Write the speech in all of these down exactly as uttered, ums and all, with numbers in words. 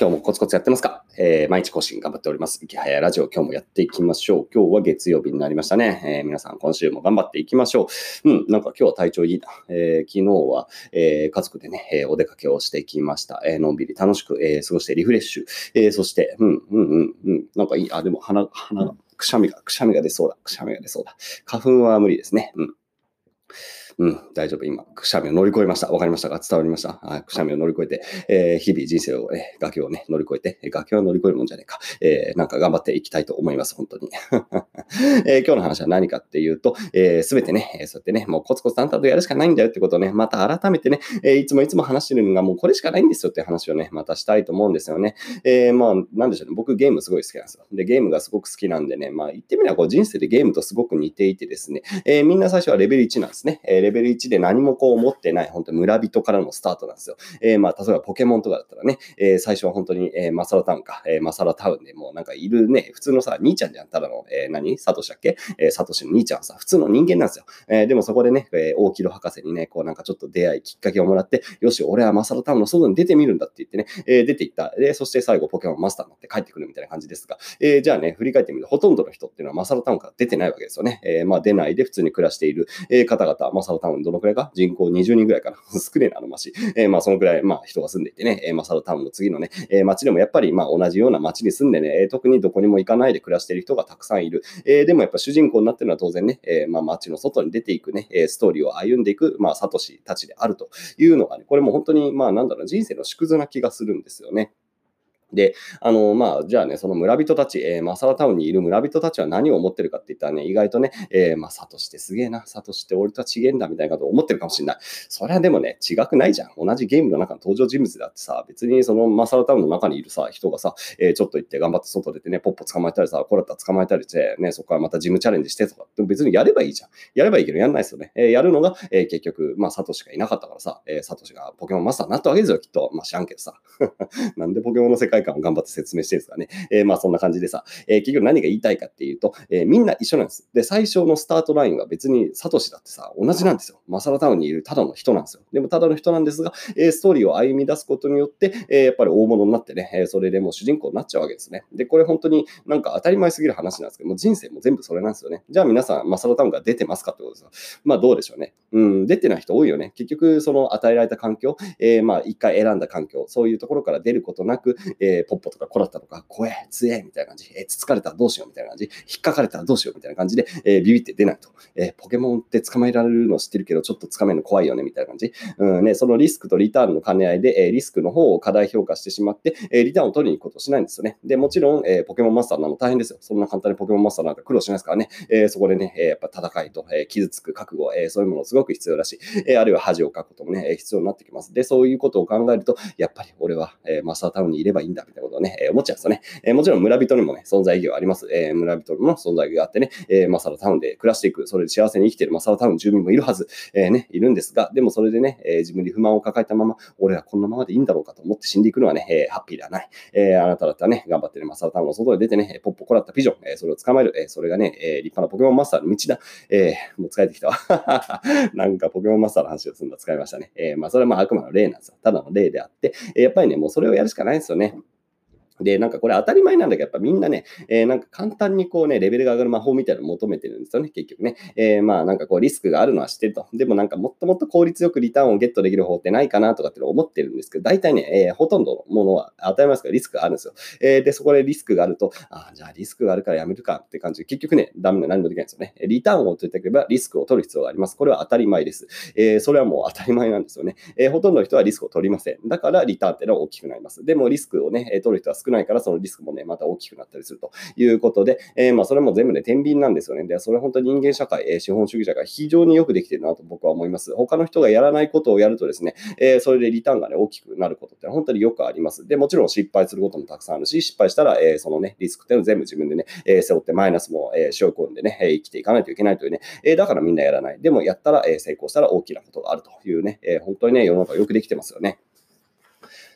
今日もコツコツやってますか？えー、毎日更新頑張っております。いきはやラジオ、今日もやっていきましょう。今日は月曜日になりましたね。えー、皆さん今週も頑張っていきましょう。うん、なんか今日は体調いいな。えー、昨日は、えー、家族でね、えー、お出かけをしてきました。えー、のんびり楽しく、えー、過ごしてリフレッシュ。えー、そして、うん、うん、うん、うん、なんかいい。あ、でも鼻、鼻、くしゃみが、くしゃみが出そうだ。くしゃみが出そうだ。花粉は無理ですね。うん。うん、大丈夫。今、くしゃみを乗り越えました。わかりましたか？伝わりました。はい、くしゃみを乗り越えて、えー、日々人生を、えー、崖をね、乗り越えて、えー、崖を乗り越えるもんじゃねえか。えー、なんか頑張っていきたいと思います。本当に。えー、今日の話は何かっていうと、す、えー、べてね、えー、そうやってね、もうコツコツ淡々とやるしかないんだよってことをね、また改めてね、えー、いつもいつも話してるのがもうこれしかないんですよって話をね、またしたいと思うんですよね。えー、まあ、なんでしょうね。僕ゲームすごい好きなんですよ。で、ゲームがすごく好きなんでね、まあ言ってみればこう人生でゲームとすごく似ていてですね、えー、みんな最初はレベルいちなんですね。えー、レベルいちで何もこう持ってない、本当に村人からのスタートなんですよ。えー、まあ、例えばポケモンとかだったらね、えー、最初は本当に、えー、マサラタウンか、えー、マサラタウンでもうなんかいるね、普通のさ、兄ちゃんじゃん、ただの、えー、何サトシだっけえー、サトシの兄ちゃんはさ、普通の人間なんですよ。えー、でもそこでね、えー、大木戸博士にね、こうなんかちょっと出会い、きっかけをもらって、よし、俺はマサラタウンの外に出てみるんだって言ってね、えー、出ていった。で、そして最後ポケモンマスターになって帰ってくるみたいな感じですが、えー、じゃあね、振り返ってみると、ほとんどの人っていうのはマサラタウンから出てないわけですよね。えー、まあ出ないで普通に暮らしている、えー、方々、マサラタウンどのくらいか人口にじゅうにんぐらいかな少ねえな、あの町。えー、まあそのくらい、まあ人が住んでいてね、えー、マサラタウンの次のね、えー、町でもやっぱりまあ同じような町に住んでね、特にどこにも行かないで暮らしている人がたくさんいる。えー、でもやっぱ主人公になっているのは当然ね、えー、まあ町の外に出ていくね、ストーリーを歩んでいく、まあサトシたちであるというのがね、これも本当にまあなんだろう、人生の縮図な気がするんですよね。で、あの、まあ、じゃあね、その村人たち、えー、マサラタウンにいる村人たちは何を思ってるかって言ったらね、意外とね、えー、まあ、サトシってすげえな、サトシって俺とは違えんだみたいなことを思ってるかもしれない。それはでもね、違くないじゃん。同じゲームの中の登場人物だってさ、別にそのマサラタウンの中にいるさ、人がさ、えー、ちょっと行って頑張って外出てね、ポッポ捕まえたりさ、コラッタ捕まえたりして、ね、そこからまたジムチャレンジしてとか、でも別にやればいいじゃん。やればいいけどやんないですよね。えー、やるのが、えー、結局、まあ、サトシがいなかったからさ、えー、サトシがポケモンマスターになったわけですよ、きっと。まあ、知らんけどさ。なんでポケモンの世界観を頑張って説明してるんですかね。えー、まあそんな感じでさ、えー、結局何が言いたいかっていうと、えー、みんな一緒なんです。で、最初のスタートラインは別にサトシだってさ、同じなんですよ。マサラタウンにいるただの人なんですよ。でもただの人なんですが、えー、ストーリーを歩み出すことによって、えー、やっぱり大物になってね、えー、それでもう主人公になっちゃうわけですね。で、これ本当になんか当たり前すぎる話なんですけども、人生も全部それなんですよね。じゃあ皆さん、マサラタウンが出てますかってことですよ。まあどうでしょうね。うん、出てない人多いよね。結局、その与えられた環境、えー、まあ一回選んだ環境、そういうところから出ることなく、えー、ポッポとかコラッタとか、怖え、強え、みたいな感じ、えー、つつかれたらどうしようみたいな感じ、引っかかれたらどうしようみたいな感じで、えー、ビビって出ないと。えー、ポケモンって捕まえられるの知ってるけど、ちょっと捕まえるの怖いよね、みたいな感じ。うんね、そのリスクとリターンの兼ね合いで、えー、リスクの方を過大評価してしまって、えー、リターンを取りに行くことをしないんですよね。で、もちろん、えー、ポケモンマスターなの大変ですよ。そんな簡単にポケモンマスターなんか苦労しないですからね。えー、そこでね、えー、やっぱ戦いと、えー、傷つく覚悟、えー、そういうものすごく必要だし、えー、あるいは恥をかくこともね、えー、必要になってきます。で、そういうことを考えると、やっぱり俺は、えー、マスタータウンにいればいいんだ、みたいなことをね、えー、思っちゃうんですよね。えー、もちろん村人にもね、存在意義はあります。えー、村人にも存在意義があってね、えー、マサラタウンで暮らしていく、それで幸せに生きているマサラタウン住民もいるはず、えー、ね、いるんですが、でもそれでね、えー、自分に不満を抱えたまま、俺はこのままでいいんだろうかと思って死んでいくのはね、えー、ハッピーではない。えー、あなただったらね、頑張ってね、マサラタウンの外に出てね、ポッポコラったピジョン、えー、それを捕まえる、えー、それがね、えー、立派なポケモンマスターの道だ。えー、もう疲れてきたわ。なんかポケモンマスターの話をするの使いましたね。えー、まあそれはまああくまで例なんですよ。ただの例であって、えー、やっぱりね、もうそれをやるしかないんですよね。で、なんかこれ当たり前なんだけど、やっぱみんなね、えー、なんか簡単にこうね、レベルが上がる魔法みたいなのを求めてるんですよね、結局ね。えー、まあなんかこうリスクがあるのは知ってると。でもなんかもっともっと効率よくリターンをゲットできる方法ってないかなとかって思ってるんですけど、大体ね、えー、ほとんどのものは当たり前ですからリスクがあるんですよ。えー、で、そこでリスクがあると、あじゃあリスクがあるからやめるかって感じで、結局ね、ダメな何もできないんですよね。リターンを取りたければリスクを取る必要があります。これは当たり前です。えー、それはもう当たり前なんですよね。えー、ほとんどの人はリスクを取りません。だからリターンっていうのは大きくなります。でもリスクをね、取る人は少ないから、そのリスクもね、また大きくなったりするということで、えー、まあそれも全部ね、天秤なんですよね。で、それ本当に人間社会、えー、資本主義社会、非常によくできているなと僕は思います。他の人がやらないことをやるとですね、えー、それでリターンがね、大きくなることって本当によくあります。で、もちろん失敗することもたくさんあるし、失敗したら、えー、そのね、リスクっていうのを全部自分でね、えー、背負ってマイナスも、えー、背負い込んでね、えー、生きていかないといけないというね、えー、だからみんなやらない。でもやったら、えー、成功したら大きなことがあるというね、えー、本当にね、世の中よくできてますよね。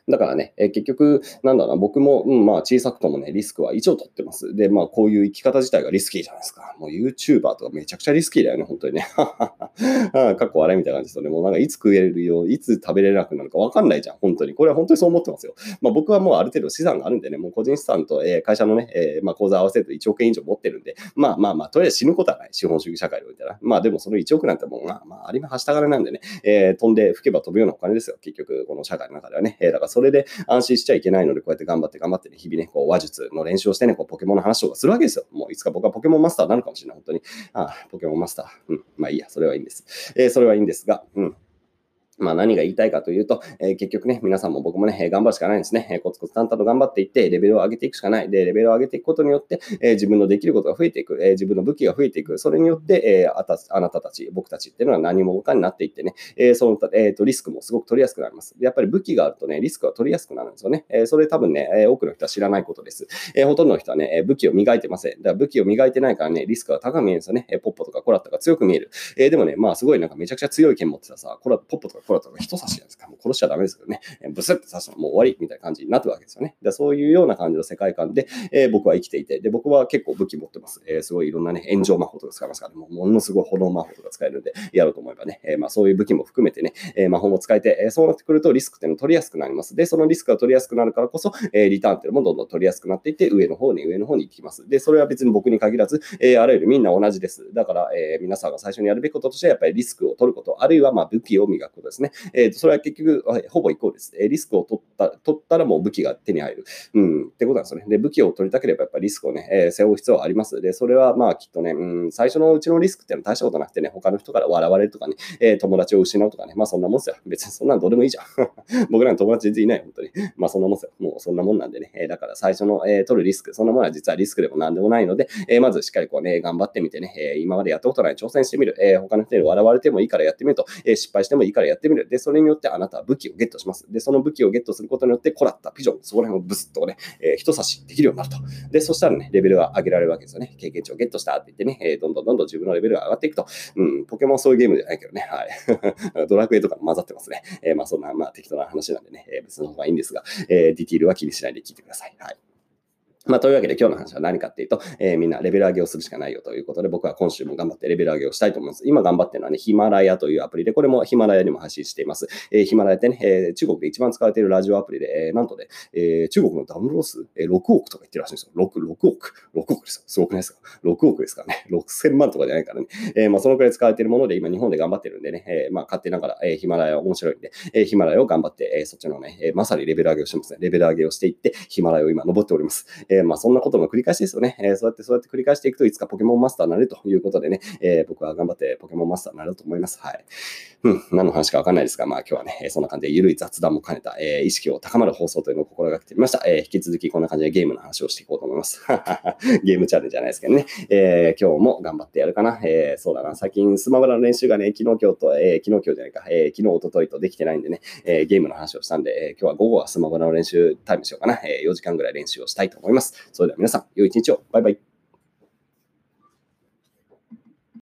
だからね、えー結局、なんだろうな、僕も、うん、まあ小さくともね、リスクは一応取ってます。で、まあこういう生き方自体がリスキーじゃないですか。もう YouTuber とかめちゃくちゃリスキーだよね、本当にね。ああ、かっこ笑いみたいな感じですよね。もうなんかいつ食えるよ、いつ食べれなくなるか分かんないじゃん、本当に。これは本当にそう思ってますよ。まあ僕はもうある程度資産があるんでね、もう個人資産と、えー会社のね、えーまあ口座合わせるといちおく円以上持ってるんで、まあまあまあ、とりあえず死ぬことはない。資本主義社会においては。まあでもそのいちおくなんてもう、まあまあ、ありまはしたがれなんでね、えー飛んで吹けば飛ぶようなお金ですよ。結局、この社会の中ではね。えーだからそれで安心しちゃいけないので、こうやって頑張って頑張ってね、日々ね、こう話術の練習をしてね、こうポケモンの話とかするわけですよ。もういつか僕はポケモンマスターになるかもしれない。本当に。ああ、ポケモンマスター。うん。まあいいや、それはいいんです。えーそれはいいんですが、うん。まあ何が言いたいかというと、えー結局ね、皆さんも僕もね、えー頑張るしかないんですね。えーコツコツ淡々と頑張っていって、レベルを上げていくしかない。で、レベルを上げていくことによって、えー自分のできることが増えていく。えー自分の武器が増えていく。それによって、えーあたあなたたち、僕たちっていうのは何者かになっていってね、えーその、えーと、リスクもすごく取りやすくなります。でやっぱり武器があるとね、リスクは取りやすくなるんですよね。えーそれ多分ね、えー多くの人は知らないことです。えーほとんどの人はね、えー武器を磨いてません。だから武器を磨いてないからね、リスクが高く見えるんですよね。えーポッポとかコラッとか強く見える。えーでもね、まあすごいなんかめちゃくちゃ強い剣持ってたらさ、コラポッポとかコラとか人差しじゃないですか。もう殺しちゃダメですけどね。えーブスって刺したらもう終わりみたいな感じになってるわけですよね。だからそういうような感じの世界観で、えー僕は生きていて、で、僕は結構武器持ってます。えーすごいいろんなね、炎上魔法とか使いますから、ね、もうものすごい炎魔法とか使えるんで、やろうと思えばね、えーまあそういう武器も含めてね、えー魔法も使えて、えーそうなってくるとリスクっていうのを取りやすくなります。で、そのリスクが取りやすくなるからこそ、えーリターンっていうのもどんどん取りやすくなっていって、上の方に上の方に行きます。で、それは別に僕に限らず、えーあらゆるみんな同じです。だから、えー皆さんが最初にやるべきこととしては、やっぱりリスクを取ること、あるいはまあ武器を磨くことですね。えーとそれは結局、はいほぼイコールです。えーリスクを取った取ったらもう武器が手に入る。うん、ってことなんですよね。で、武器を取りたければやっぱりリスクをね、えー背負う必要はあります。で、それはまあきっとね、うん、最初のうちのリスクっていうのは大したことなくてね、他の人から笑われるとかね、えー友達を失うとかね、まあそんなもんですよ。別にそんなのどうでもいいじゃん。僕らの友達全然いない、本当に。まあそんなもんですよ。もうそんなもんなんでね。えーだから最初の、えー取るリスク、そんなものは実はリスクでもなんでもないので、えーまずしっかりこうね、頑張ってみてね、えー今までやったことない挑戦してみる。えー他の人に笑われてもいいからやってみると、えー失敗してもいいからやってみる。で、それによってあなたは武器をゲットします。で、その武器をゲットすることによって、コラッタ、ピジョン、そこら辺をブスッとね、えー人差しできるようになると。で、そしたらね、レベルが上げられるわけですよね。経験値をゲットしたって言ってね、えーどんどんどんどん自分のレベルが上がっていくと。うん、ポケモンはそういうゲームじゃないけどね。はい。ドラクエとかも混ざってますね。えーまあそんな、まあ適当な話なんでね、えー別の方がいいんですが、えーディティールは気にしないで聞いてください。はい。まあ、というわけで今日の話は何かっていうと、えーみんなレベル上げをするしかないよということで、僕は今週も頑張ってレベル上げをしたいと思います。今頑張ってるのはね、ヒマラヤというアプリで、これもヒマラヤにも配信しています。えーヒマラヤってね、えー中国で一番使われているラジオアプリで、えーなんとね、えー中国のダウンロード数、えーろくおくとか言ってるらしいんですよ。ろく、ろくおく。ろくおくですよ。すごくないですか？ ろく 億ですからね。ろくせんまんとかじゃないからね。えーまあ、そのくらい使われているもので、今日本で頑張ってるんでね、えーまあ、勝手ながら、えーヒマラヤは面白いんで、えーヒマラヤを頑張って、えーそっちのね、えーまさにレベル上げをしてますね。レベル上げをしていって、ヒマラヤを今登っております。えーまあ、そんなことの繰り返しですよね。えーそうやってそうやって繰り返していくといつかポケモンマスターになれるということでね、えー僕は頑張ってポケモンマスターになれると思います。はい。うん、何の話かわかんないですが、まあ今日はね、えーそんな感じで緩い雑談も兼ねた、えー意識を高まる放送というのを心がけてみました。えー引き続きこんな感じでゲームの話をしていこうと思います。ゲームチャレンジじゃないですけどね。えー今日も頑張ってやるかな。えーそうだな。最近スマブラの練習がね、昨日今日と、えー昨日今日じゃないか、えー昨日一昨日とできてないんでね、えーゲームの話をしたんで、えー今日は午後はスマブラの練習タイムしようかな。えーよじかんぐらい練習をしたいと思います。それでは皆さん、良い一日を。バイバイ。